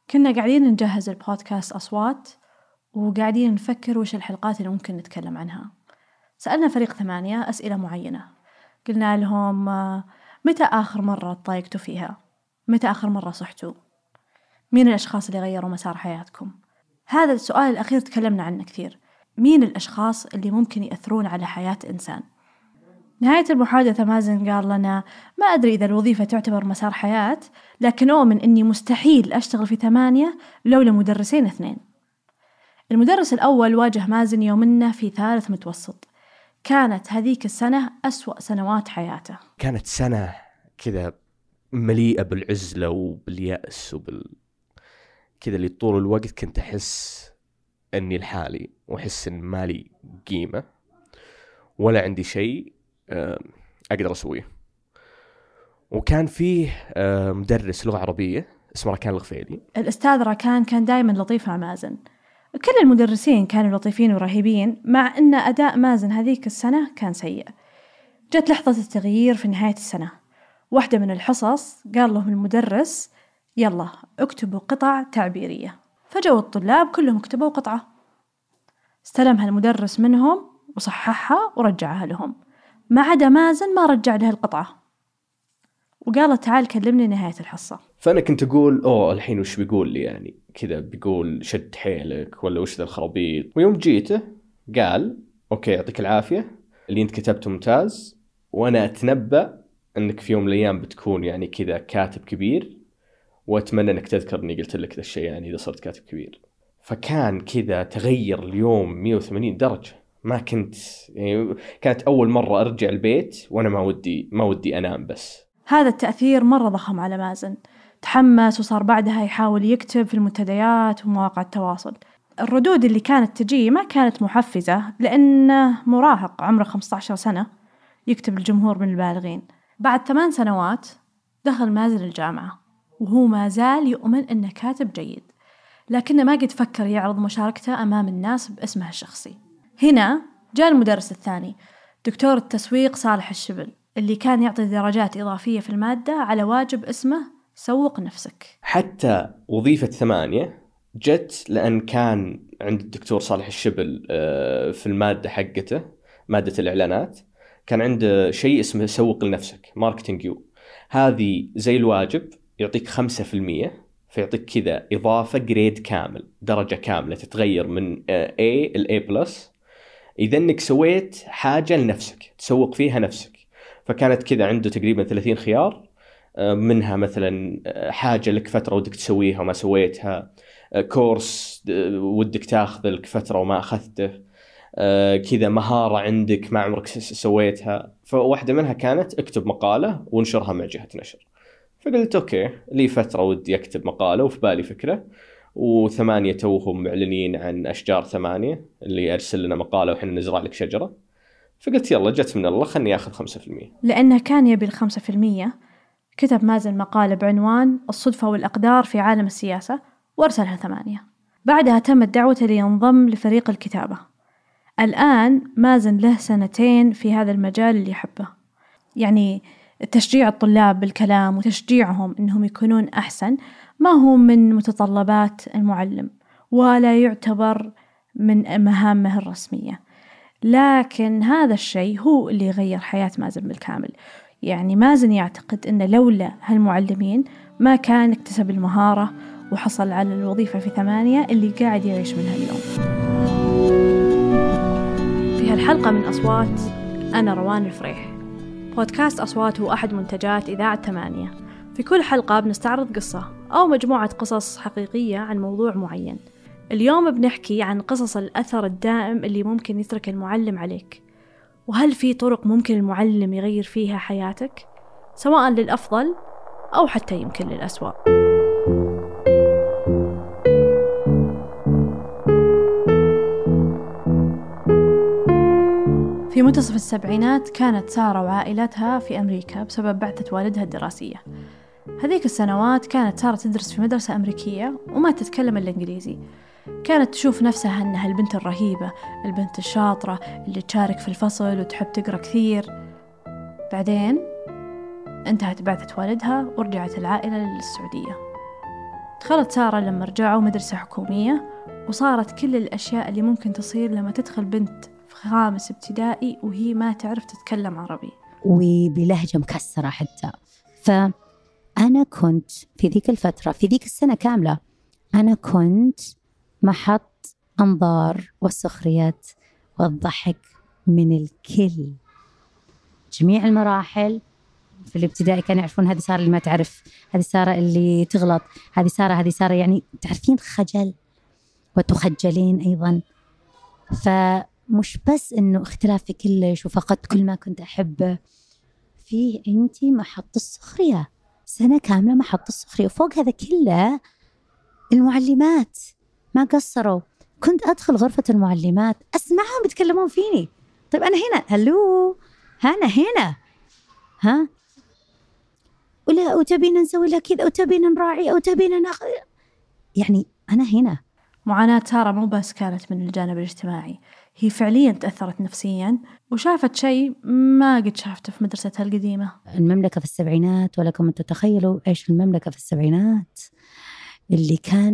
كنا قاعدين نجهز البودكاست أصوات وقاعدين نفكر وش الحلقات اللي ممكن نتكلم عنها. سألنا فريق 8 أسئلة معينة، قلنا لهم متى آخر مرة تضايقتوا فيها؟ متى آخر مرة صحتوا؟ مين الأشخاص اللي غيروا مسار حياتكم؟ هذا السؤال الأخير تكلمنا عنه كثير. مين الأشخاص اللي ممكن يأثرون على حياة إنسان؟ نهاية المحادثة مازن قال لنا ما أدري إذا الوظيفة تعتبر مسار حياة، لكن أؤمن أني مستحيل أشتغل في 8 لولا مدرسين 2. المدرس الأول واجه مازن يومنا في 3 متوسط. كانت هذيك السنة أسوأ سنوات حياته. كانت سنة كذا مليئة بالعزلة وباليأس كذا اللي طول الوقت كنت أحس أني لحالي وأحس أن مالي قيمة ولا عندي شيء أقدر أسويه. وكان فيه مدرس لغة عربية اسمه راكان الغفيلي. الأستاذ راكان كان دائما لطيف مع مازن. كل المدرسين كانوا لطيفين ورهيبين، مع أن أداء مازن هذيك السنة كان سيء. جت لحظة التغيير في نهاية السنة. واحدة من الحصص قال لهم المدرس يلا اكتبوا قطع تعبيرية، فجوا الطلاب كلهم كتبوا قطعة. استلمها المدرس منهم وصححها ورجعها لهم، ما عدا مازن ما رجع له القطعة وقال تعال كلمني نهاية الحصة. فأنا كنت أقول الحين وش بيقول لي، يعني كذا بيقول شد حيلك ولا وش ذا الخرابيط. ويوم جيته قال أوكي يعطيك العافية، اللي أنت كتبته ممتاز، وأنا أتنبأ أنك في يوم من الأيام بتكون يعني كذا كاتب كبير، وأتمنى أنك تذكر أني قلت لك ذا الشيء يعني إذا صرت كاتب كبير. فكان كذا تغير اليوم 180 درجة. ما كنت يعني كانت أول مرة أرجع البيت وأنا ما ودي أنام. بس هذا التأثير مرة ضخم على مازن، تحمس وصار بعدها يحاول يكتب في المنتديات ومواقع التواصل. الردود اللي كانت تجي ما كانت محفزة، لأنه مراهق عمره 15 سنة يكتب الجمهور من البالغين. بعد 8 سنوات دخل مازن الجامعة وهو ما زال يؤمن أنه كاتب جيد، لكنه ما قد فكر يعرض مشاركته أمام الناس باسمه الشخصي. هنا جاء المدرس الثاني، دكتور التسويق صالح الشبل، اللي كان يعطي درجات إضافية في المادة على واجب اسمه سوق نفسك. حتى وظيفة 8 جت لأن كان عند الدكتور صالح الشبل في المادة حقته، مادة الإعلانات، كان عنده شيء اسمه سوق لنفسك، ماركتينج يو. هذه زي الواجب يعطيك 5%، فيعطيك كذا إضافة جريد كامل، درجة كاملة تتغير من A ل A+، إذا أنك سويت حاجة لنفسك تسوق فيها نفسك. فكانت كذا عنده تقريبا 30 خيار، منها مثلا حاجة لك فترة ودك تسويها وما سويتها، كورس ودك تاخذ لك فترة وما أخذته، كذا مهارة عندك ما عمرك سويتها. فواحدة منها كانت اكتب مقالة وانشرها مع جهة نشر. فقلت أوكي، لي فترة ودي أكتب مقالة وفي بالي فكرة، و8 توهم معلنين عن أشجار 8 اللي أرسل لنا مقالة وحنا نزرع لك شجرة. فقلت يلا جت من الله خلني أخذ 5%. لأنه كان يبي 5%، كتب مازن مقالة بعنوان الصدفة والأقدار في عالم السياسة وأرسلها 8. بعدها تمت دعوته لينضم لفريق الكتابة. الآن مازن له 2 في هذا المجال اللي يحبه، يعني تشجيع الطلاب بالكلام وتشجيعهم إنهم يكونون أحسن ما هو من متطلبات المعلم ولا يعتبر من مهامه الرسمية، لكن هذا الشيء هو اللي يغير حياة مازن بالكامل. يعني مازن يعتقد أن لولا هالمعلمين ما كان اكتسب المهارة وحصل على الوظيفة في 8 اللي قاعد يعيش منها اليوم. في هالحلقة من أصوات، أنا روان الفريح. بودكاست أصوات هو أحد منتجات إذاعة 8. في كل حلقة بنستعرض قصة أو مجموعة قصص حقيقية عن موضوع معين. اليوم بنحكي عن قصص الأثر الدائم اللي ممكن يترك المعلم عليك، وهل في طرق ممكن المعلم يغير فيها حياتك سواء للأفضل أو حتى يمكن للأسوأ. في منتصف السبعينات كانت سارة وعائلتها في أمريكا بسبب بعثة والدها الدراسية. هذيك السنوات كانت سارة تدرس في مدرسة أمريكية وما تتكلم الإنجليزي. كانت تشوف نفسها أنها البنت الرهيبة، البنت الشاطرة اللي تشارك في الفصل وتحب تقرأ كثير. بعدين انتهت بعثة والدها ورجعت العائلة للسعودية. دخلت سارة لما رجعوا مدرسة حكومية، وصارت كل الأشياء اللي ممكن تصير لما تدخل بنت في 5 ابتدائي وهي ما تعرف تتكلم عربي وبلهجة مكسرة حتى. فأنا كنت في ذيك الفترة، في ذيك السنة كاملة، أنا كنت محط أنظار والسخريات والضحك من الكل. جميع المراحل في الابتدائي كانوا يعرفون هذه سارة اللي ما تعرف، هذه سارة اللي تغلط، هذه سارة، يعني تعرفين خجل وتخجلين أيضا. فمش بس إنه اختلافي كلش وفقدت كل ما كنت أحبه، فيه أنتي محط السخرية، سنة كاملة محط السخرية. وفوق هذا كله المعلمات ما قصروا. كنت أدخل غرفة المعلمات أسمعهم يتكلمون فيني. طيب أنا هنا، هلو، أنا هنا، ها، ولا وتبينا نسوي لها كذا، وتبينا نراعي، وتبينا ناخذ، يعني أنا هنا. معاناة سارة مو بس كانت من الجانب الاجتماعي، هي فعليا تأثرت نفسيا وشافت شيء ما قد شافته في مدرستها القديمة. المملكة في السبعينات، ولكم تتخيلوا إيش المملكة في السبعينات اللي كان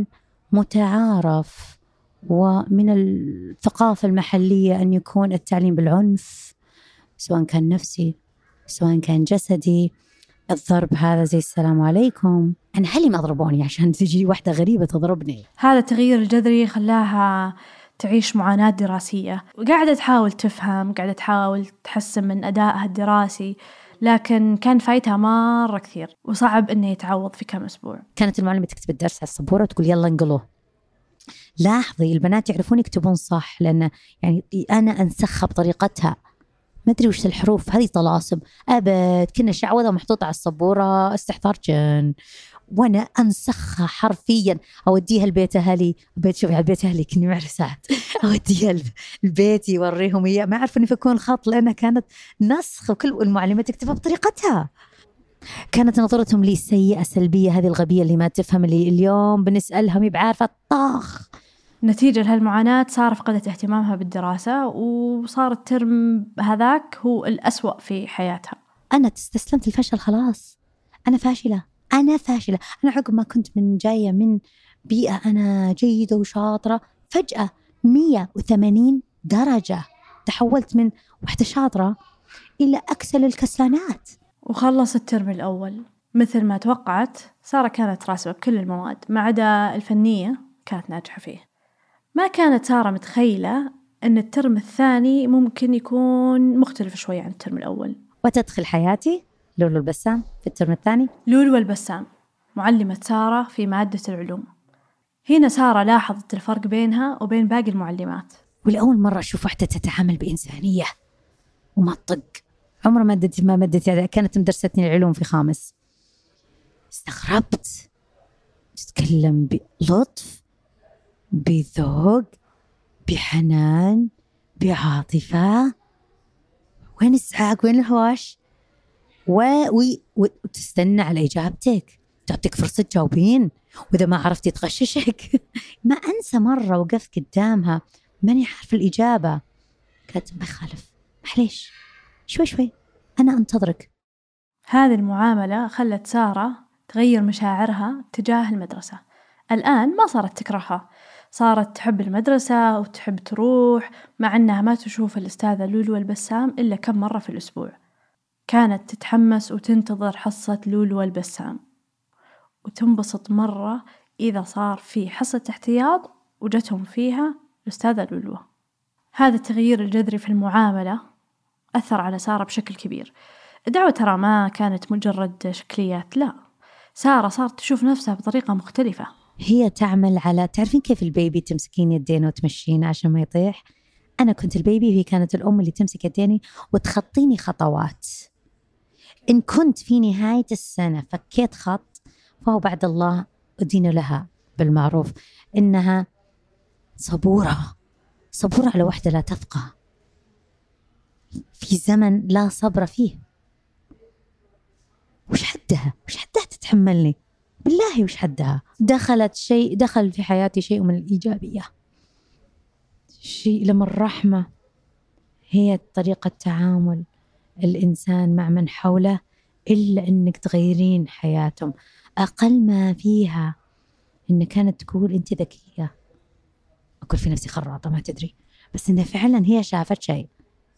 متعارف ومن الثقافة المحلية أن يكون التعليم بالعنف، سواء كان نفسي سواء كان جسدي. الضرب هذا زي السلام عليكم، أنا هلي ما ضربوني عشان تجي واحدة غريبة تضربني. هذا التغيير الجذري خلاها تعيش معاناة دراسية، وقاعدة تحاول تفهم، قاعدة تحاول تحسن من أدائها الدراسي، لكن كان فايتها مرة كثير وصعب إنه يتعوض في كم أسبوع. كانت المعلمة تكتب الدرس على السبورة وتقول يلا انقلوه. لاحظي البنات يعرفون يكتبون صح، لأن يعني أنا أنسخها بطريقتها، ما أدري وش الحروف هذه، طلاسم أبد، كنا شعوذة محطوطة على السبورة، استحضار جن، وأنا أنسخها حرفيا، أوديها البيت أهلي، شوفي على البيت أهلي كني معرسات، أوديها البيت يوريهم إياه، ما أعرف أن يفكون الخط لأنها كانت نسخ، وكل المعلمة تكتبها بطريقتها. كانت نظرتهم لي سيئة سلبية، هذه الغبية اللي ما تفهم، اللي اليوم بنسألها مي بعارفة طاخ. نتيجة لهالمعاناة سارة فقدت اهتمامها بالدراسة، وصار الترم هذاك هو الأسوأ في حياتها. أنا استسلمت الفشل، خلاص أنا فاشلة. أنا عقب ما كنت جاية من بيئة أنا جيدة وشاطرة، فجأة 180 درجة تحولت من واحدة شاطرة إلى أكسل الكسلانات. وخلص الترم الأول مثل ما توقعت، سارة كانت راسبة بكل المواد ما عدا الفنية كانت ناجحة فيه. ما كانت سارة متخيلة أن الترم الثاني ممكن يكون مختلف شوي عن الترم الأول. وتدخل حياتي لولو البسام في الترم الثاني. لولو البسام معلمة سارة في مادة العلوم. هنا سارة لاحظت الفرق بينها وبين باقي المعلمات، ولأول مرة أشوف واحدة تتعامل بإنسانية وما تطق. عمر ما مادتي كانت مدرستني العلوم في خامس، استغربت، تتكلم بلطف، بذوق، بحنان، بعاطفة. وين الزعاق، وين الهواش، وتستنى على إجابتك، تعطيك فرصة تجاوبين، وإذا ما عرفتي تغششك. ما أنسى مرة وقفت قدامها ماني عارف الإجابة، قالت ما يخالف، معليش، شوي أنا أنتظرك. هذه المعاملة خلت سارة تغير مشاعرها تجاه المدرسة. الآن ما صارت تكرهها، صارت تحب المدرسة وتحب تروح، مع أنها ما تشوف الأستاذة لولو البسام إلا كم مرة في الأسبوع. كانت تتحمس وتنتظر حصة لولو البسام، وتنبسط مرة إذا صار في حصة احتياط وجتهم فيها الأستاذة لولو. هذا التغيير الجذري في المعاملة أثر على سارة بشكل كبير. الدعوة ترى ما كانت مجرد شكليات، لا، سارة صارت تشوف نفسها بطريقة مختلفة. هي تعمل على، تعرفين كيف البيبي تمسكين يدينه وتمشينه عشان ما يطيح؟ أنا كنت البيبي وهي كانت الأم اللي تمسك يديني وتخطيني خطوات. إن كنت في نهاية السنة فكيت خط، فهو بعد الله أدين لها بالمعروف إنها صبورة على وحدة لا تفقه في زمن لا صبر فيه. وش حدها تتحملني بالله، وش حدها؟ دخل في حياتي شيء من الإيجابية، شيء من الرحمة. هي طريقة تعامل الإنسان مع من حوله، إلا أنك تغيرين حياتهم. أقل ما فيها إن كانت تقول أنت ذكية، أقول في نفسي خراطة ما تدري، بس إنها فعلا هي شافت شيء.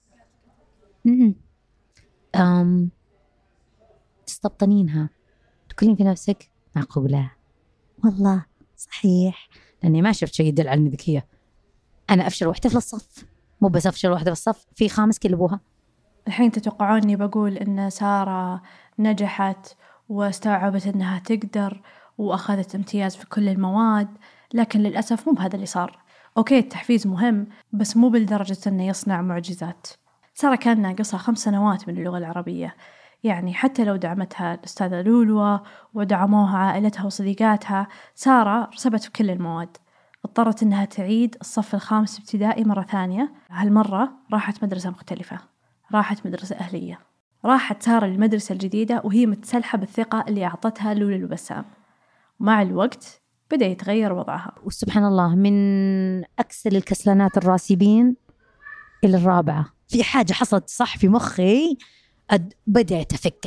تستبطنينها، تقولين في نفسك معقولة، والله صحيح، لأني ما شفت شيء يدل على إني ذكية. أنا أفشل واحدة في الصف، مو بس أفشل واحدة في الصف، في 5 كلبوها. الحين تتوقعوني بقول إن سارة نجحت واستوعبت إنها تقدر وأخذت امتياز في كل المواد، لكن للأسف مو بهذا اللي صار. أوكي التحفيز مهم بس مو بالدرجة إنه يصنع معجزات. سارة كان ناقصها 5 سنوات من اللغة العربية، يعني حتى لو دعمتها الأستاذة لولوى ودعموها عائلتها وصديقاتها، سارة رسبت في كل المواد. اضطرت إنها تعيد الصف الخامس ابتدائي مرة ثانية، هالمرة راحت مدرسة مختلفة، راحت مدرسة أهلية. راحت سارة للمدرسة الجديدة وهي متسلحة بالثقة اللي أعطتها لولو البسام. مع الوقت بدأ يتغير وضعها. وسبحان الله، من أكسل الكسلانات الراسبين إلى الرابعة في حاجة حصلت صح في مخي، بدأت أفك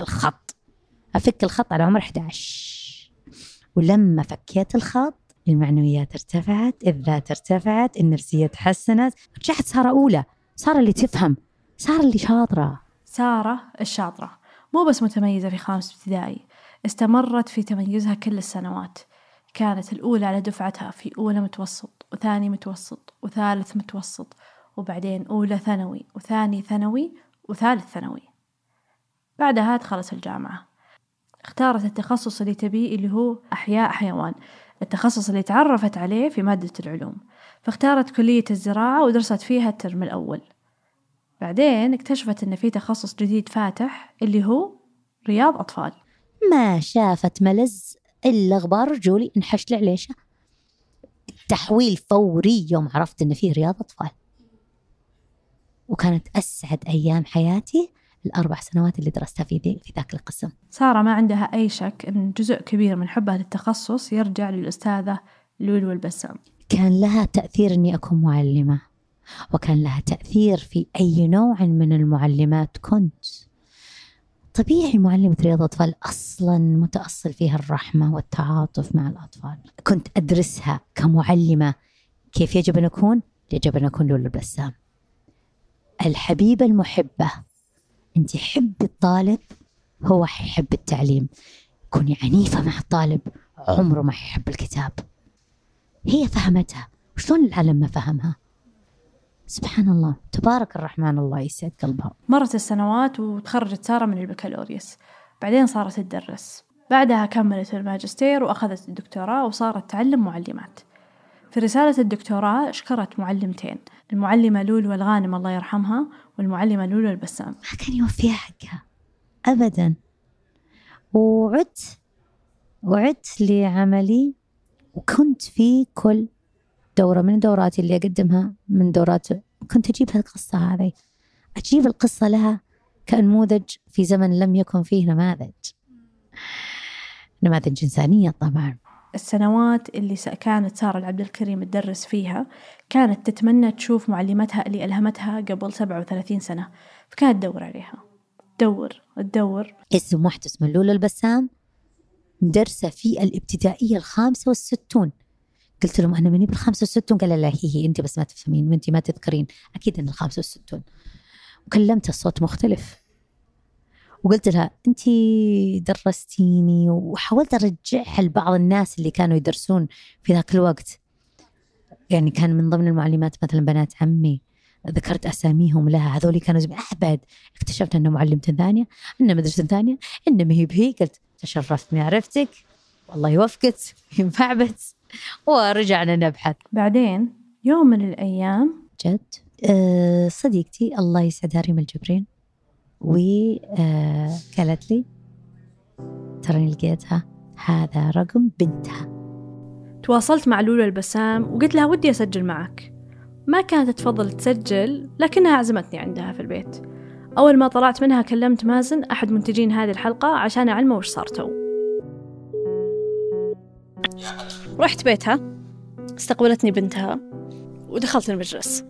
الخط على عمر 11. ولما فكيت الخط المعنويات ارتفعت، الذات ارتفعت، النفسية تحسنت، رجعت سارة أولى، سارة اللي تفهم، سارة اللي شاطرة. سارة الشاطرة مو بس متميزة في 5 ابتدائي، استمرت في تميزها كل السنوات. كانت الأولى على دفعتها في أولى متوسط وثاني متوسط وثالث متوسط، وبعدين أولى ثانوي وثاني ثانوي وثالث ثانوي. بعدها دخلت الجامعة، اختارت التخصص اللي تبيه اللي هو أحياء حيوان، التخصص اللي تعرفت عليه في مادة العلوم. فاختارت كلية الزراعة ودرست فيها الترم الأول. بعدين اكتشفت إن في تخصص جديد فاتح اللي هو رياض أطفال. ما شافت ملز إلا غبار رجولي انحش لعليشة. تحويل فوري يوم عرفت إن فيه رياض أطفال، وكانت أسعد أيام حياتي ال4 سنوات اللي درستها في ذاك القسم. سارة ما عندها أي شك إن جزء كبير من حبها للتخصص يرجع للأستاذة لولو البسام. كان لها تأثير إني أكون معلمة، وكان لها تأثير في أي نوع من المعلمات كنت. طبيعي معلمة رياضة أطفال أصلا متأصل فيها الرحمة والتعاطف مع الأطفال. كنت أدرسها كمعلمة كيف يجب أن أكون، يجب أن أكون لولو البسام الحبيبة المحبة. أنت حبي الطالب هو حيحب التعليم، كوني عنيفة مع الطالب عمره ما حيحب الكتاب. هي فهمتها، وشلون العالم ما فهمها؟ سبحان الله، تبارك الرحمن، الله يسعد قلبها. مرت السنوات وتخرجت سارة من البكالوريوس، بعدين صارت تدرس، بعدها كملت الماجستير وأخذت الدكتوراه وصارت تعلم معلمات. في رسالة الدكتوراه اشكرت معلمتين، المعلمة لولو الغانم الله يرحمها والمعلمة لولو البسام. ما كان يوفيها حقها أبدا. وعدت لعملي، وكنت في كل دورة من دوراتي اللي أقدمها من دورات كنت أجيب القصة هذه، أجيب القصة لها كنموذج في زمن لم يكن فيه نماذج إنسانية. طبعا السنوات اللي كانت سارة العبد الكريم تدرس فيها كانت تتمنى تشوف معلمتها اللي ألهمتها قبل 37 سنة، فكانت تدور عليها، تدور. اسم واحد اسمه لولو البسام، مدرسة في الابتدائية 65. قلت لهم أنا مني بال65، قال لا هي أنت بس ما تفهمين وأنت ما تذكرين، أكيد أن 65. وكلمت الصوت مختلف وقلت لها أنت درستيني، وحاولت أرجعها لبعض الناس اللي كانوا يدرسون في ذاك الوقت. يعني كان من ضمن المعلمات مثلا بنات عمي، ذكرت أساميهم لها، هذولي كانوا بعد اكتشفت أنه معلمة ثانية، أنه مدرسة ثانية، أنه ما هي بهي. قلت تشرفتني عرفتك، والله يوفقك، ينفع بس. ورجعنا نبحث. بعدين يوم من الأيام جد صديقتي الله يسعدها ريم الجبرين، وقالت لي ترى لقيتها، هذا رقم بنتها. تواصلت مع لولو البسام وقلت لها ودي أسجل معك. ما كانت تفضل تسجل لكنها عزمتني عندها في البيت. أول ما طلعت منها كلمت مازن أحد منتجين هذه الحلقة عشان أعلمه وش صار تو. رحت بيتها، استقبلتني بنتها ودخلت المجلس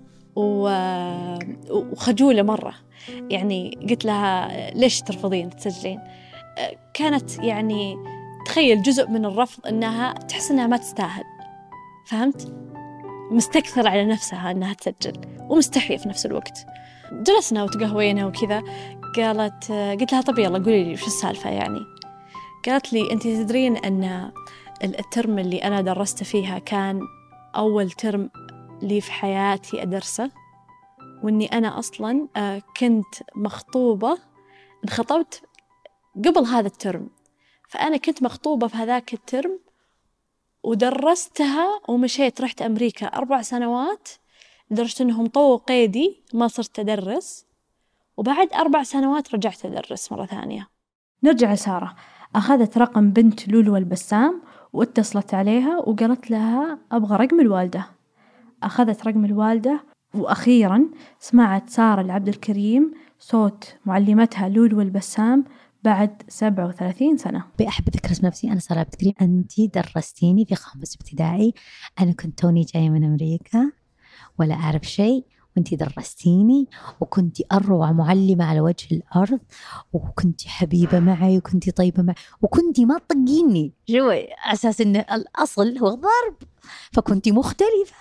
وخجولة مرة، يعني قلت لها ليش ترفضين تسجلين؟ كانت يعني تخيل جزء من الرفض إنها تحس إنها ما تستاهل، فهمت؟ مستكثرة على نفسها إنها تسجل ومستحية في نفس الوقت. جلسنا وتقهوينا وكذا، قلت لها طب يلا قولي لي وش السالفة يعني. قالت لي أنت تدرين أن الترم اللي أنا درست فيها كان أول ترم لي في حياتي أدرسه، وإني أنا أصلاً كنت مخطوبة، انخطبت قبل هذا الترم، فأنا كنت مخطوبة في هذاك الترم ودرستها ومشيت رحت أمريكا 4 سنوات لدرجة أنهم طووا قيدي ما صرت أدرس، وبعد 4 سنوات رجعت أدرس مرة ثانية. نرجع لسارة. أخذت رقم بنت لولو البسام واتصلت عليها وقالت لها أبغى رقم الوالدة. أخذت رقم الوالدة، وأخيرا سمعت سارة العبد الكريم صوت معلمتها لولو البسام بعد 37 سنة. بأحب أذكر اسم نفسي، أنا سارة عبد الكريم، أنتي درستيني في 5 ابتدائي، أنا كنت توني جاية من أمريكا ولا أعرف شيء، وأنتي درستيني وكنتي أروع معلمة على وجه الأرض، وكنتي حبيبة معي وكنتي طيبة معي وكنتي ما تطقيني جوي أساس إن الأصل هو الضرب، فكنتي مختلفة.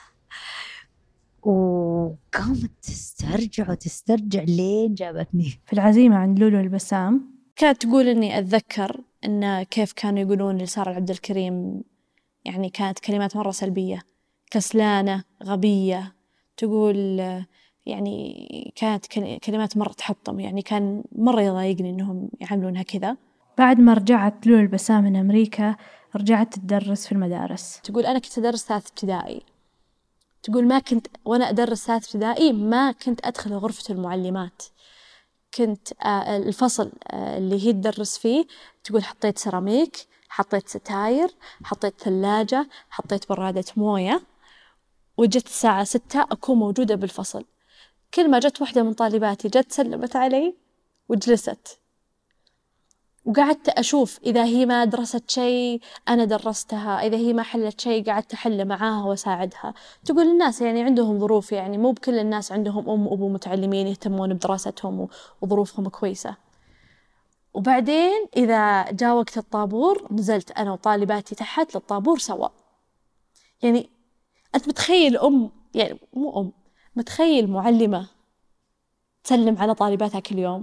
وقامت تسترجع لين جابتني في العزيمة عند لولو البسام. كانت تقول إني أتذكر إن كيف كانوا يقولون لسارة عبد الكريم، يعني كانت كلمات مرة سلبية، كسلانة، غبية، تقول يعني كانت كلمات مرة تحطم، يعني كان مرة يضايقني إنهم يعاملونها كذا. بعد ما رجعت لولو البسام من أمريكا رجعت تدرس في المدارس. تقول أنا كنت أدرس 3 ابتدائي، تقول ما كنت وأنا أدرس 3 ابتدائي ما كنت أدخل غرفة المعلمات، كنت الفصل اللي هي تدرس فيه، تقول حطيت سيراميك، حطيت ستاير، حطيت ثلاجة، حطيت برادة موية، وجت الساعة 6 أكون موجودة بالفصل. كل ما جت واحدة من طالباتي جت سلمت علي وجلست، وقعدت أشوف إذا هي ما درست شيء أنا درستها، إذا هي ما حلت شيء قعدت أحل معاها وأساعدها. تقول الناس يعني عندهم ظروف، يعني مو بكل الناس عندهم أم وأبو متعلمين يهتمون بدراستهم وظروفهم كويسة. وبعدين إذا جاء وقت الطابور نزلت أنا وطالباتي تحت للطابور سوا. يعني أنت متخيل يعني مو متخيل معلمة تسلم على طالباتها كل يوم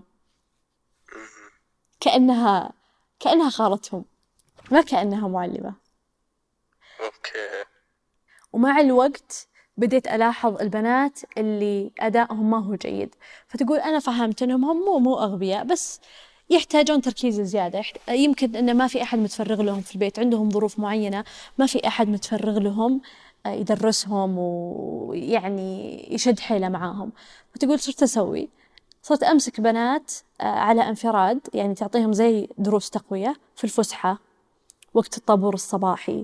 كأنها خالتهم، ما كأنها معلمة. أوكي. ومع الوقت بديت ألاحظ البنات اللي أدائهم ما هو جيد، فتقول أنا فهمت أنهم هم مو أغبياء، بس يحتاجون تركيز زيادة. يمكن أن ما في أحد متفرغ لهم في البيت، عندهم ظروف معينة ما في أحد متفرغ لهم يدرسهم ويعني يشد حيله معاهم. فتقول صرت أسوي، صرت أمسك بنات على انفراد، يعني تعطيهم زي دروس تقوية في الفسحة، وقت الطابور الصباحي،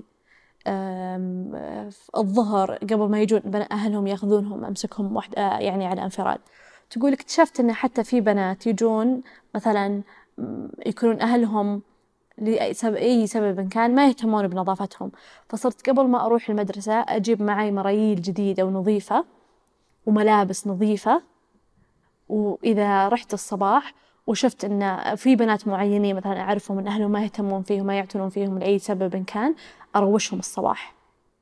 الظهر قبل ما يجون أهلهم يأخذونهم، أمسكهم واحدة يعني على انفراد. تقول اكتشفت أن حتى في بنات يجون مثلا يكونون أهلهم لأي سبب كان ما يهتمون بنظافتهم، فصرت قبل ما أروح المدرسة أجيب معي مرايل جديدة ونظيفة وملابس نظيفة، وإذا رحت الصباح وشفت أن في بنات معينين مثلا أعرفهم من أهلهم ما يهتمون فيهم ما يعتنون فيهم لأي سبب كان، أروشهم الصباح.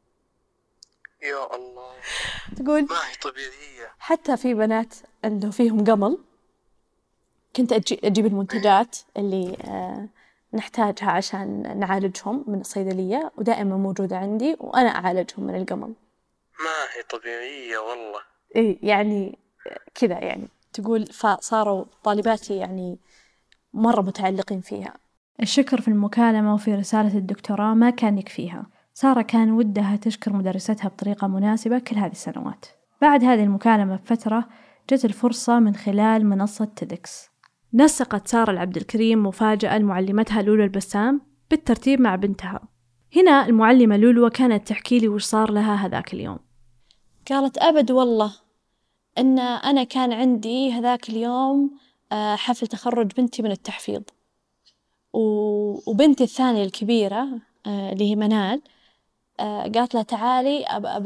يا الله. تقول ما هي طبيعية. حتى في بنات عنده فيهم قمل، كنت أجيب المنتجات اللي نحتاجها عشان نعالجهم من الصيدلية، ودائما موجودة عندي وأنا أعالجهم من القمل. ما هي طبيعية والله. إيه يعني كذا يعني. تقول فصاروا طالباتي يعني مرة متعلقين فيها. الشكر في المكالمة وفي رسالة الدكتوراه ما كان يكفيها، سارة كان ودها تشكر مدرستها بطريقة مناسبة كل هذه السنوات. بعد هذه المكالمة بفترة جت الفرصة من خلال منصة تيدكس. نسقت سارة العبد الكريم مفاجأة لمعلمتها لولو البسام بالترتيب مع بنتها. هنا المعلمة لولو كانت تحكي لي وش صار لها هذاك اليوم. قالت أبد والله أن أنا كان عندي هذاك اليوم حفل تخرج بنتي من التحفيظ، وبنتي الثانية الكبيرة اللي هي منال قالت لها تعالي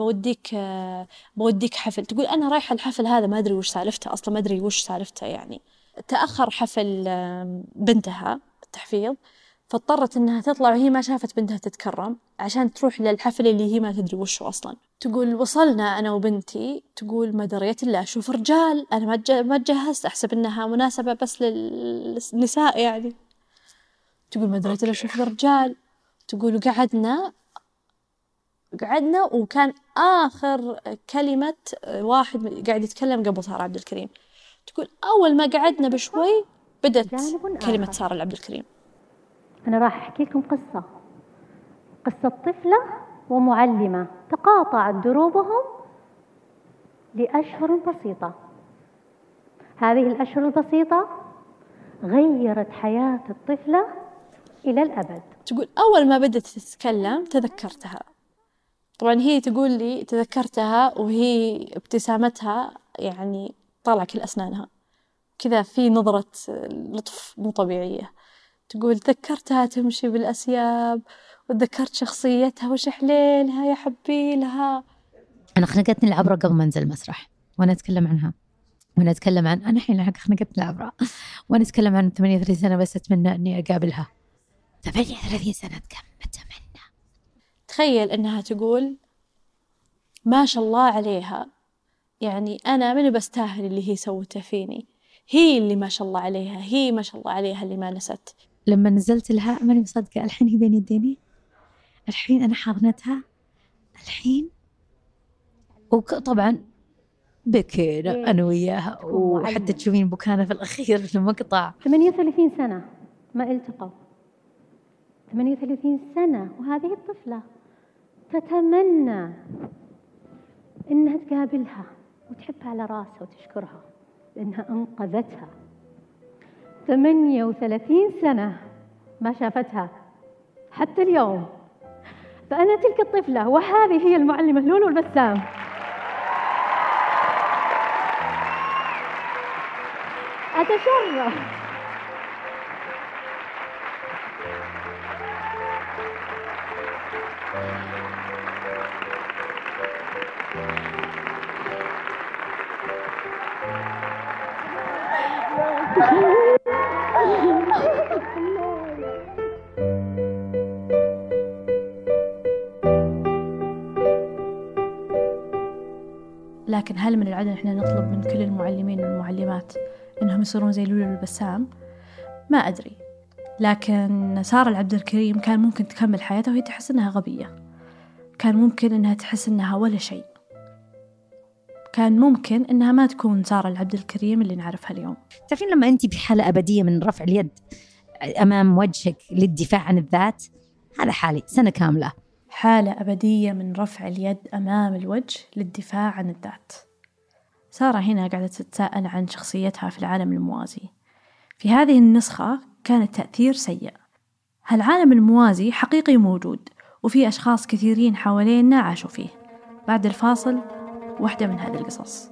بوديك حفل. تقول أنا رايحة الحفل هذا ما أدري وش سالفته أصلا، ما أدري وش سالفته يعني. تأخر حفل بنتها التحفيظ، فاضطرت إنها تطلع وهي ما شافت بنتها تتكرم عشان تروح للحفلة اللي هي ما تدري وشه أصلاً. تقول وصلنا أنا وبنتي، تقول ما دريت إلا أشوف رجال، أنا ما تجهزت، أحسب إنها مناسبة بس للنساء يعني. تقول ما دريت إلا أشوف رجال. تقول قعدنا وكان آخر كلمة واحد قاعد يتكلم قبل سارة عبد الكريم. تقول أول ما قعدنا بشوي بدت كلمة سارة عبد الكريم. أنا راح أحكي لكم قصة طفلة ومعلمة تقاطعت دروبهم لأشهر بسيطة. هذه الأشهر البسيطة غيرت حياة الطفلة إلى الأبد. تقول أول ما بدت تتكلم تذكرتها. طبعا هي تقول لي تذكرتها وهي ابتسامتها يعني طالع كل أسنانها كذا، في نظرة لطف مو طبيعية. تقول تذكرتها تمشي بالأسياب، وتذكرت شخصيتها وش حليلها يا حبي لها. أنا خنقتني العبرة قبل ما أنزل المسرح وأنا أتكلم عنها، وأنا أتكلم عن أنا الحين خنقتني العبرة وأنا أتكلم عن 38 سنة بس أتمنى إني أقابلها. 38 سنة أتمنى. تخيل إنها تقول ما شاء الله عليها، يعني أنا من بستاهل اللي هي سوته فيني، هي اللي ما شاء الله عليها، هي ما شاء الله عليها اللي ما نست. لما نزلت لها ماني مصدقة، الحين هي بين يديني، الحين أنا حاضنتها الحين. وطبعا بكينا أنا وياها، وحتى تشوفين بكانا في الأخير في المقطع. 38 سنة ما التقوا، 38 سنة، وهذه الطفلة تتمنى إنها تقابلها وتحبها على راسها وتشكرها لأنها أنقذتها. 38 سنة ما شافتها حتى اليوم. فأنا تلك الطفلة، وهذه هي المعلمة لولو البسام. أتشرف لكن هل من العدل إحنا نطلب من كل المعلمين والمعلمات إنهم يصيرون زي لولو البسام؟ ما أدري. لكن سارة العبد الكريم كان ممكن تكمل حياتها وهي تحس إنها غبية، كان ممكن إنها تحس إنها ولا شيء، كان ممكن إنها ما تكون سارة العبد الكريم اللي نعرفها اليوم. تعرفين لما أنت بحالة أبدية من رفع اليد أمام وجهك للدفاع عن الذات، هذا حالي سنة كاملة. حالة أبدية من رفع اليد أمام الوجه للدفاع عن الذات. سارة هنا قاعدة تتساءل عن شخصيتها في العالم الموازي. في هذه النسخة كان التأثير سيء. هالعالم الموازي حقيقي موجود، وفي أشخاص كثيرين حوالينا عاشوا فيه. بعد الفاصل واحدة من هذه القصص.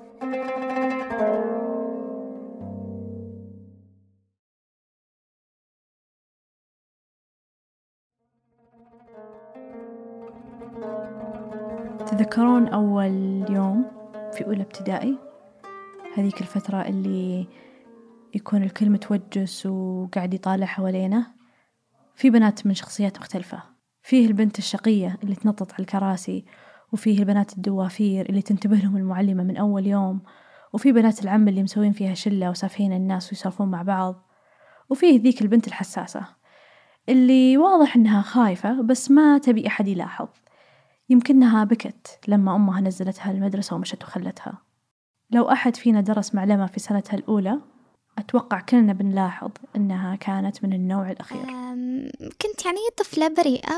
تذكرون أول يوم في أولى ابتدائي؟ هذيك الفترة اللي يكون الكل متوجس وقاعد يطالع حوالينا. في بنات من شخصيات مختلفة، فيه البنت الشقية اللي تنطط على الكراسي، وفيه البنات الدوافير اللي تنتبه لهم المعلمة من أول يوم، وفي بنات العم اللي مسوين فيها شلة وسافين الناس ويسولفون مع بعض، وفيه ذيك البنت الحساسة اللي واضح إنها خايفة بس ما تبي أحد يلاحظ. يمكنها بكت لما أمها نزلتها المدرسة ومشت وخلتها. لو أحد فينا درس مع لما في سنتها الأولى، أتوقع كلنا بنلاحظ أنها كانت من النوع الأخير. كنت يعني طفلة بريئة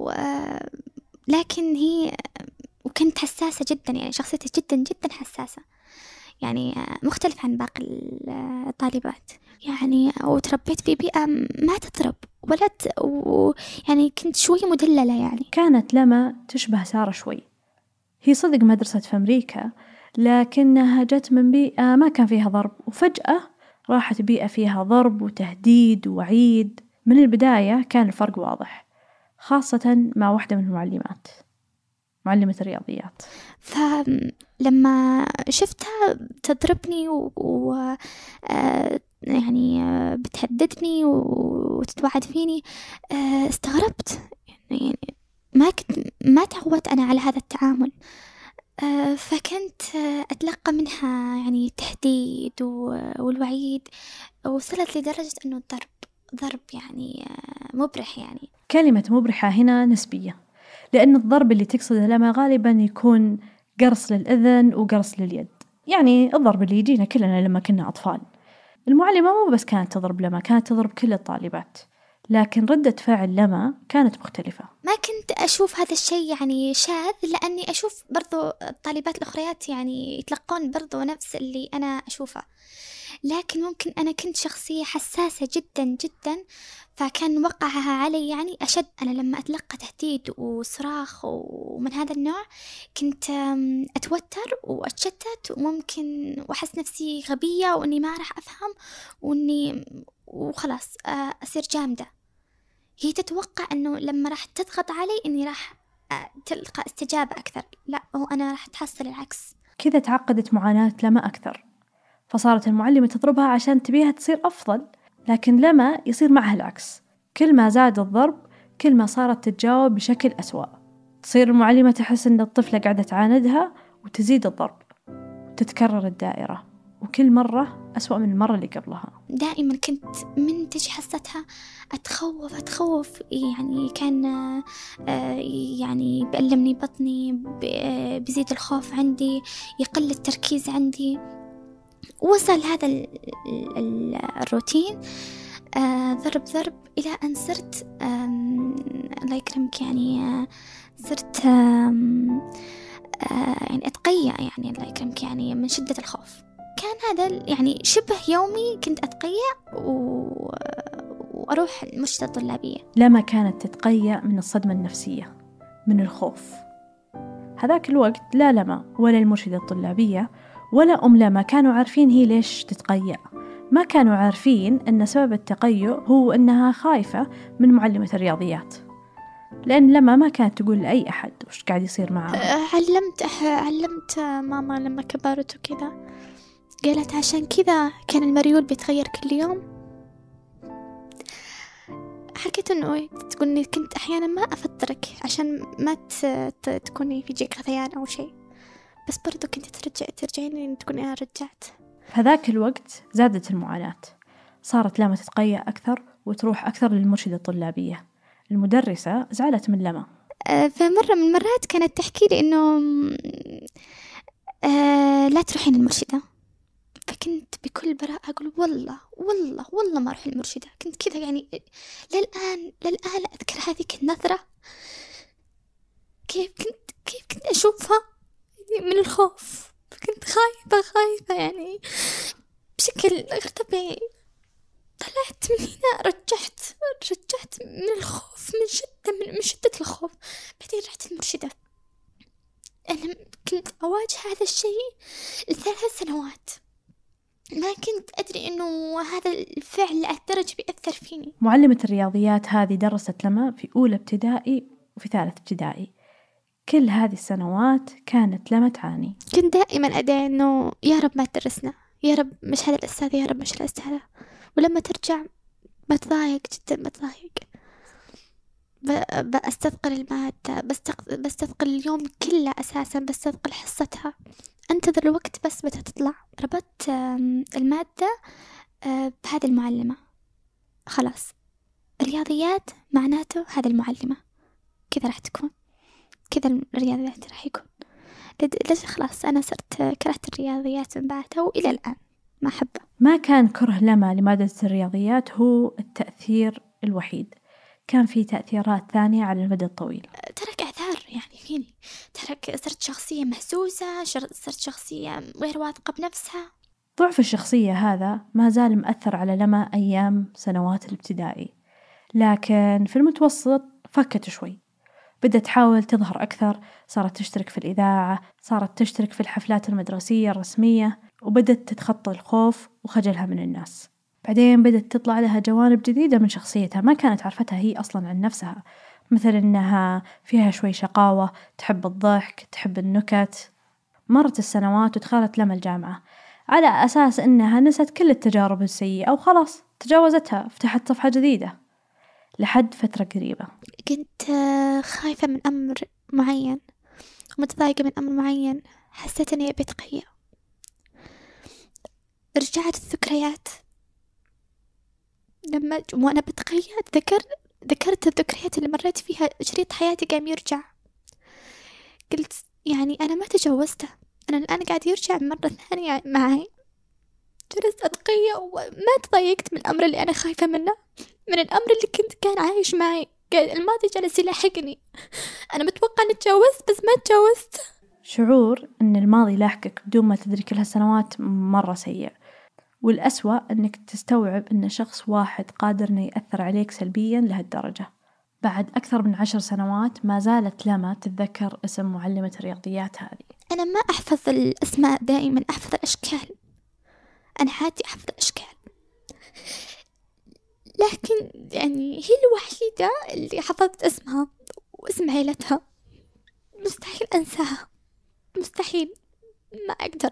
لكن هي وكنت حساسة جدا، يعني شخصيتي جدا جدا حساسة، يعني مختلف عن باقي الطالبات يعني. وتربيت في بيئة ما تضرب ولا يعني كنت شوي مدللة يعني. كانت لما تشبه سارة شوي. هي صدق مدرسة في أمريكا، لكنها جت من بيئة ما كان فيها ضرب، وفجأة راحت بيئة فيها ضرب وتهديد ووعيد. من البداية كان الفرق واضح، خاصة مع واحدة من المعلمات، معلمة الرياضيات. فلما شفتها تضربني يعني بتهددني وتتوعد فيني. استغربت يعني ما تعودت أنا على هذا التعامل. فكنت أتلقى منها يعني التهديد والوعيد، وصلت لدرجة أنه ضرب يعني مبرح. يعني كلمة مبرحة هنا نسبية، لأن الضرب اللي تقصده لما غالبا يكون قرص للأذن وقرص لليد، يعني الضرب اللي يجينا كلنا لما كنا أطفال. المعلمة مو بس كانت تضرب لما، كانت تضرب كل الطالبات، لكن ردة فعل لما كانت مختلفة. ما كنت أشوف هذا الشيء يعني شاذ، لأني أشوف برضو الطالبات الأخريات يعني يتلقون برضو نفس اللي أنا أشوفه، لكن ممكن أنا كنت شخصية حساسة جدا جدا، فكان وقعها علي يعني أشد. أنا لما أتلقى تهديد وصراخ ومن هذا النوع كنت أتوتر وأتشتت، وممكن وأحس نفسي غبية وإني ما راح أفهم وخلاص أصير جامدة. هي تتوقع أنه لما راح تضغط علي إني راح تلقى استجابة أكثر، لا، هو أنا راح تحصل العكس. كذا تعقدت معاناة لما أكثر، فصارت المعلمة تضربها عشان تبيها تصير أفضل، لكن لما يصير معها العكس. كل ما زاد الضرب كل ما صارت تتجاوب بشكل أسوأ. تصير المعلمة تحس أن الطفلة قاعدة تعاندها وتزيد الضرب، وتتكرر الدائرة، وكل مرة أسوأ من المرة اللي قبلها. دائما كنت من تجي حصتها أتخوف يعني كان يعني بألمني بطني، بزيد الخوف عندي، يقل التركيز عندي. وصل هذا الروتين ضرب إلى أن صرت الله يكرمك يعني صرت يعني أتقيأ، يعني الله يكرمك يعني من شدة الخوف. كان هذا يعني شبه يومي، كنت أتقيأ وأروح المرشدة الطلابية. لما كانت تتقيأ من الصدمة النفسية، من الخوف. هذاك الوقت لا لما ولا المرشدة الطلابية ولا لما كانوا عارفين هي ليش تتقيأ. ما كانوا عارفين أن سبب التقيؤ هو أنها خايفة من معلمة الرياضيات، لأن لما ما كانت تقول لأي أحد وش قاعد يصير معها. علمت ماما لما كبرت وكذا، قالت عشان كذا كان المريول بيتغير كل يوم. حكيت انه تقولني كنت احيانا ما افطرك عشان ما تكوني في جيك غثيان او شيء، بس برضو كنت ترجعيني تكوني انا رجعت. في ذاك الوقت زادت المعاناة، صارت لما تتقيأ أكثر وتروح أكثر للمرشدة الطلابية. المدرسة زعلت من لما. فمرة من المرات كانت تحكي لي إنه لا تروحين المرشدة، فكنت بكل براءة أقول والله ما أروح المرشدة. كنت كذا يعني للآن أذكر هذه النظرة، كيف كنت أشوفها من الخوف. كنت خايفة يعني بشكل غير طبيعي. طلعت من هنا رجعت من الخوف، من شدة الخوف. بعدين رحت المرشدة. أنا كنت أواجه هذا الشيء ل3 سنوات، ما كنت أدري إنه هذا الفعل لهالدرجة بيأثر فيني. معلمة الرياضيات هذه درست لما في أولى ابتدائي وفي 3 ابتدائي. كل هذه السنوات كانت لما تعاني. كنت دائما أدعي إنه يا رب ما تدرسنا، يا رب مش هذا الأستاذ، يا رب مش الأستاذة. ولما ترجع بتضايق جدا، بستثقل المادة، بستثقل اليوم كله أساسا، بستثقل حصتها، أنتظر الوقت بس بدها تطلع. ربطت المادة بهذه المعلمة، خلاص الرياضيات معناته هذه المعلمة، كذا راح تكون، كذا الرياضيات راح يكون. خلاص أنا صرت كرهت الرياضيات من بعدها، وإلى الآن ما أحبها. ما كان كره لما لمادة الرياضيات هو التأثير الوحيد، كان في تأثيرات ثانية على المدى الطويل. ترك أثار يعني فيني، صرت شخصية مهزوزة، صرت شخصية غير واثقة بنفسها. ضعف الشخصية هذا ما زال مأثر على لما أيام سنوات الابتدائي، لكن في المتوسط فكت شوي، بدأت تحاول تظهر أكثر، صارت تشترك في الإذاعة، صارت تشترك في الحفلات المدرسية الرسمية، وبدأت تتخطى الخوف وخجلها من الناس. بعدين بدأت تطلع لها جوانب جديدة من شخصيتها ما كانت عرفتها هي أصلاً عن نفسها، مثل إنها فيها شوي شقاوة، تحب الضحك، تحب النكت. مرت السنوات ودخلت لما الجامعة. على أساس أنها نست كل التجارب السيئة وخلاص تجاوزتها، فتحت صفحة جديدة. لحد فترة قريبة كنت خايفة من أمر معين ومتضايقة من أمر معين، حسيت أني أبي أتغير. رجعت الذكريات وأنا بتغير، ذكرت الذكريات اللي مريت فيها، شريط حياتي قام يرجع. قلت يعني أنا ما تجاوزته، أنا الآن قاعد يرجع مرة ثانية معي. جلست أتقيأ وما تضايقت من الأمر اللي أنا خايفة منه، من الأمر اللي كان عايش معي. الماضي جلس يلاحقني. أنا متوقع أني تجاوزت بس ما تجاوزت. شعور أن الماضي لاحقك بدون ما تدري كل هالسنوات مرة سيء، والأسوأ أنك تستوعب أن شخص واحد قادر أنه يأثر عليك سلبيا لهالدرجة. بعد أكثر من 10 سنوات ما زالت لما تتذكر اسم معلمة الرياضيات هذه. أنا ما أحفظ الأسماء، دائما أحفظ الأشكال. أنا عادي أحفظ الأشكال، لكن يعني هي الوحيدة اللي حفظت اسمها واسم عيلتها. مستحيل أنساها، مستحيل، ما أقدر.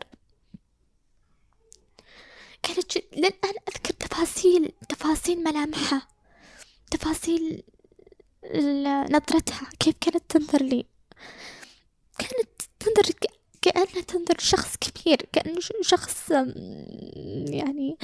كانت للآن أذكر تفاصيل ملامحها، تفاصيل نظرتها، كيف كانت تنظر لي. كانت تنظر كأنها تنظر شخص كبير، كأنه شخص يعني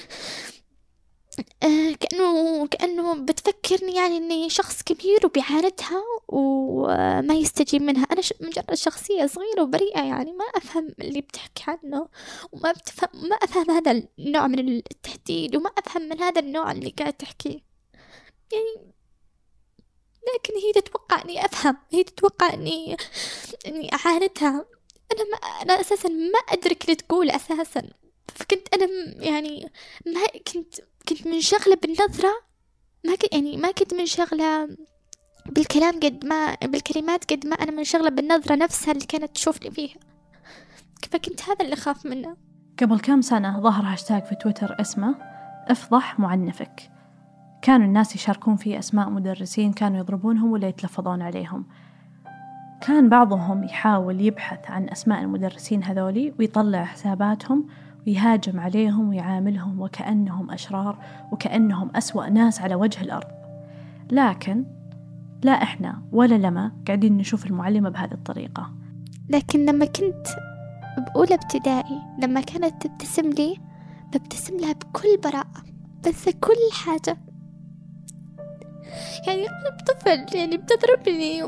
كأنه بتفكرني يعني إني شخص كبير وبيعاندها وما يستجيب منها. أنا مجرد شخصية صغيرة وبريئة، يعني ما أفهم اللي بتحكي عنه، ما أفهم هذا النوع من التهديد، وما أفهم من هذا النوع اللي قاعد تحكيه يعني. لكن هي تتوقع إني أفهم، هي تتوقع إني أعاندها. أنا أساسا ما أدرك اللي تقول أساسا. فكنت أنا يعني ما كنت منشغلة بالنظرة، ما كنت منشغلة بالكلام بالكلمات قد ما أنا منشغلة بالنظرة نفسها اللي كانت تشوفني فيها. فكنت هذا اللي خاف منه. قبل كم سنة ظهر هاشتاج في تويتر اسمه افضح معنفك. كانوا الناس يشاركون فيه أسماء مدرسين كانوا يضربونهم ولا يتلفظون عليهم. كان بعضهم يحاول يبحث عن أسماء المدرسين هذولي ويطلع حساباتهم ويهاجم عليهم ويعاملهم وكأنهم أشرار وكأنهم أسوأ ناس على وجه الأرض. لكن لا إحنا ولا لما قاعدين نشوف المعلمة بهذه الطريقة. لكن لما كنت بأولى ابتدائي، لما كانت تبتسم لي ببتسم لها بكل براءة، بس كل حاجة. يعني أنا طفل، يعني بتضربني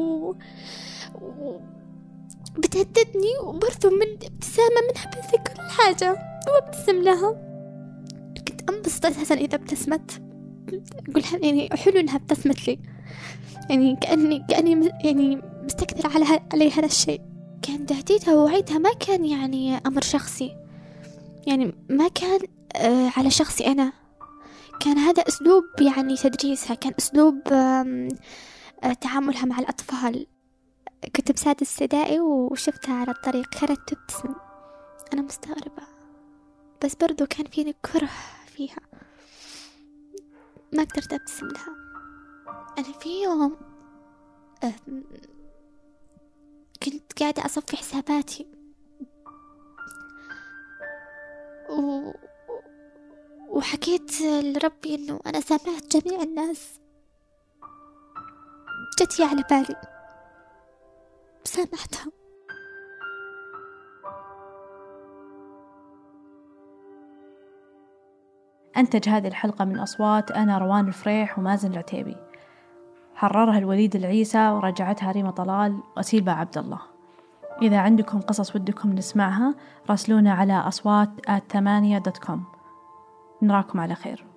بتهددني وبرضو من ابتسامة منها بس كل حاجة وابتسم لها. كنت أنبسط أساسا إذا ابتسمت، أقولها يعني حلو إنها ابتسمت لي، يعني كأني يعني مستكثر علي هذا الشيء. كان تهديدها ووعيدها ما كان يعني أمر شخصي، يعني ما كان على شخصي أنا. كان هذا أسلوب يعني تدريسها، كان أسلوب تعاملها مع الأطفال. كنت بسادس ابتدائي وشفتها على الطريق كانت تبتسم. أنا مستغربة، بس برضو كان فيني كره فيها، ما قدرت أبتسم لها. أنا في يوم كنت قاعدة أصفي حساباتي وحكيت لربي إنه أنا سامحت جميع الناس. جتي على بالي سامحتها. أنتج هذه الحلقة من أصوات أنا روان الفريح ومازن العتيبي، حررها الوليد العيسى ورجعتها ريما طلال وأسيلبا عبد الله. إذا عندكم قصص ودكم نسمعها راسلونا على aswat@8.com. نراكم على خير.